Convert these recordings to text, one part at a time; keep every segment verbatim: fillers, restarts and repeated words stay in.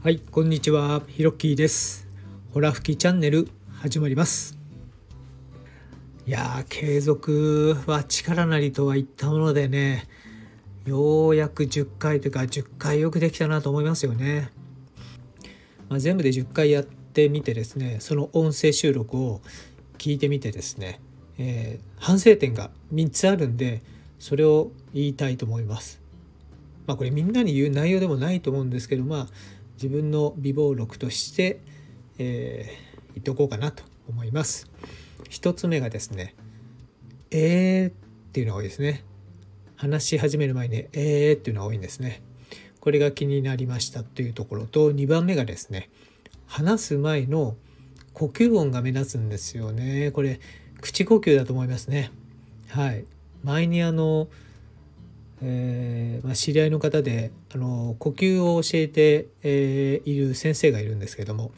はい、こんにちは、ひろきです。ほら吹きチャンネル始まります。いやー、継続は力なりとは言ったものでね、ようやくじゅっかいというかじゅっかいよくできたなと思いますよね。まあ、全部でじゅっかいやってみてですね、その音声収録を聞いてみてですね、えー、反省点がみっつあるんで、それを言いたいと思います。まあこれみんなに言う内容でもないと思うんですけど、まあ自分の備忘録として、えー、言っておこうかなと思います。一つ目がですね、えーっていうのが多いですね。話し始める前にえーっていうのが多いんですね。これが気になりましたというところと、にばんめがですね、話す前の呼吸音が目立つんですよね。これ口呼吸だと思いますね。はい。前にあのえーまあ、知り合いの方であの呼吸を教えて、えーいる先生がいるんですけども、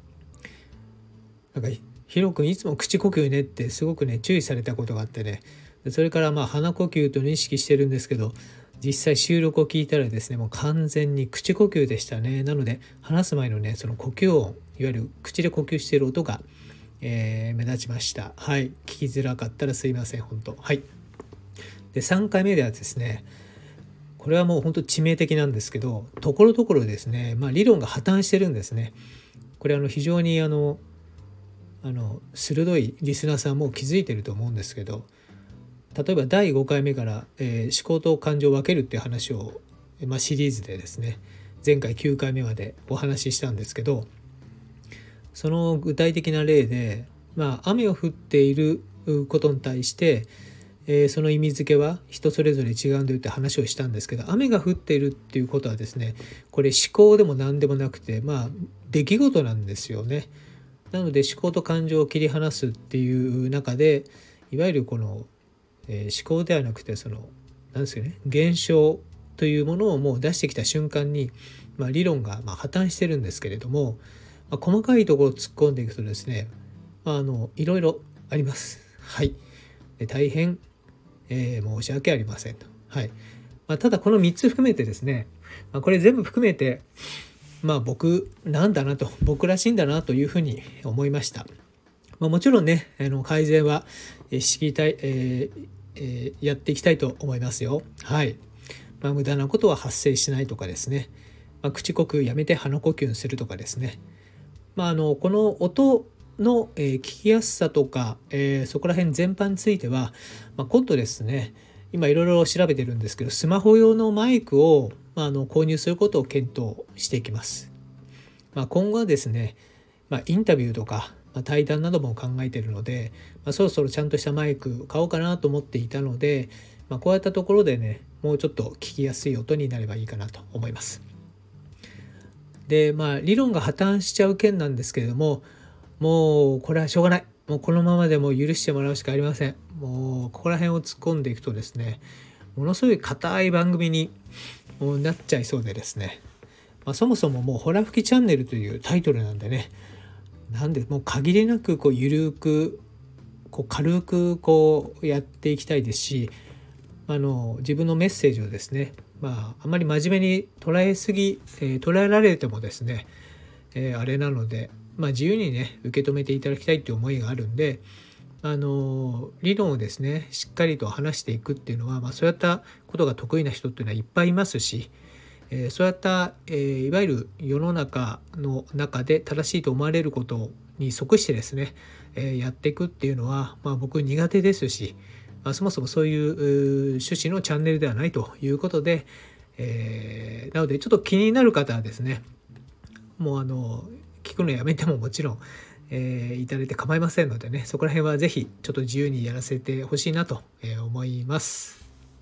なんかヒロ君いつも口呼吸ねってすごくね注意されたことがあってね、それからまあ鼻呼吸というのを意識してるんですけど、実際収録を聞いたらですね、もう完全に口呼吸でしたね。なので話す前のねその呼吸音、いわゆる口で呼吸している音が、えー目立ちました。はい、聞きづらかったらすいません本当。はい。でさんかいめではですね、これはもう本当致命的なんですけど、ところどころですね、まあ、理論が破綻してるんですね。これあの非常にあのあの鋭いリスナーさんも気づいてると思うんですけど、例えばだいごかいめから、えー思考と感情を分けるっていう話を、まあ、シリーズでですね、前回きゅうかいめまでお話ししたんですけど、その具体的な例で、まあ、雨を降っていることに対してえーその意味付けは人それぞれ違うんだよって話をしたんですけど、雨が降っているっていうことはですね、これ思考でも何でもなくて、まあ出来事なんですよね。なので思考と感情を切り離すっていう中で、いわゆるこの、えー思考ではなくてその何ですかね、現象というものをもう出してきた瞬間に、まあ、理論がまあ破綻してるんですけれども、まあ、細かいところを突っ込んでいくとですね、まあ、あのいろいろあります。はい。で大変えー申し訳ありませんと。はい。まあ、ただこのみっつ含めてですね、まあ、これ全部含めて、まあ僕なんだなと、僕らしいんだなというふうに思いました。まあ、もちろんね、あの改善はえーしていきたい、えーえーやっていきたいと思いますよ。はい。まあ、無駄なことは発生しないとかですね、まあ、口呼吸やめて鼻呼吸するとかですね、まあ、あのこの音の、えー聞きやすさとか、えーそこら辺全般については、まあ、今度ですね、今いろいろ調べてるんですけど、スマホ用のマイクを、まあ、あの購入することを検討していきます。まあ、今後はですね、まあ、インタビューとか、まあ、対談なども考えているので、まあ、そろそろちゃんとしたマイク買おうかなと思っていたので、まあ、こういったところでね、もうちょっと聞きやすい音になればいいかなと思います。で、まあ理論が破綻しちゃう件なんですけれども、もうこれはしょうがない。もうこのままでも許してもらうしかありません。もうここら辺を突っ込んでいくとですね、ものすごい硬い番組になっちゃいそうでですね、まあ、そもそももうホラ吹きチャンネルというタイトルなんでね、なんでもう限りなくこうゆるくこう軽くこうやっていきたいですし、あの自分のメッセージをですね、まああまり真面目に捉えすぎ、えー捉えられてもですね、えーあれなので、まあ、自由にね受け止めていただきたいという思いがあるんで、あの理論をですねしっかりと話していくっていうのは、まあ、そういったことが得意な人っていうのはいっぱいいますし、えーそういった、えーいわゆる世の中の中で正しいと思われることに即してですね、えーやっていくっていうのは、まあ、僕苦手ですし、まあ、そもそもそういうう趣旨のチャンネルではないということで、えーなのでちょっと気になる方はですね、もうあの聞くのやめてももちろん、えーいただいて構いませんのでね、そこら辺はぜひちょっと自由にやらせてほしいなと思います。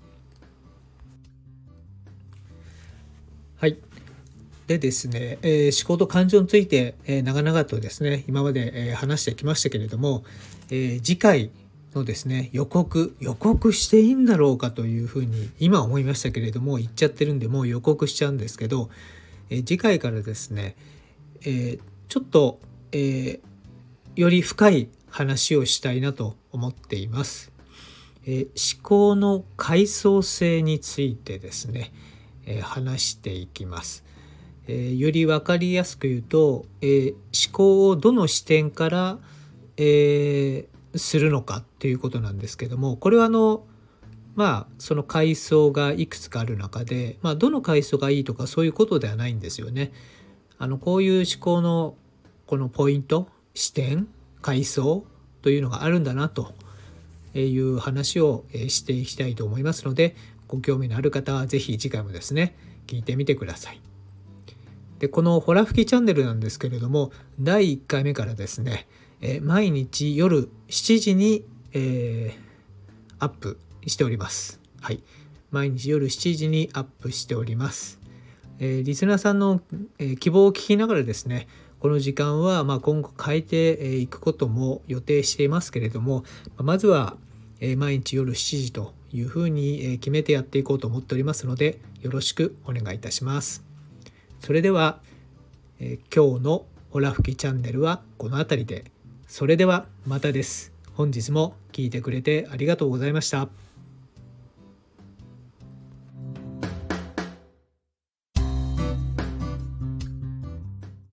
はい。でですね、えー思考と感情について、えー長々とですね今まで、えー話してきましたけれども、えー次回のですね予告予告していいんだろうかというふうに今思いましたけれども、言っちゃってるんでもう予告しちゃうんですけど、えー次回からですね、えーちょっと、えーより深い話をしたいなと思っています。えー思考の階層性についてですね、えー話していきます。 えー、より分かりやすく言うと、えー、思考をどの視点から、えー、するのかっていうことなんですけども、これはあのまあその階層がいくつかある中で、まあ、どの階層がいいとかそういうことではないんですよね。あのこういう思考のこのポイント、視点、階層というのがあるんだなという話をしていきたいと思いますので、ご興味のある方はぜひ次回もですね聞いてみてください。でこのホラ吹きチャンネルなんですけれども、だいいっかいめからですね、え毎日夜しちじに、えー、アップしております。はい、毎日夜しちじにアップしております。えー、リスナーさんの、えー、希望を聞きながらですね、この時間はまあ今後変えていくことも予定していますけれども、まずは毎日夜しちじというふうに決めてやっていこうと思っておりますので、よろしくお願いいたします。それでは、えー、今日のホラ吹きチャンネルはこの辺りで。それではまたです。本日も聞いてくれてありがとうございました。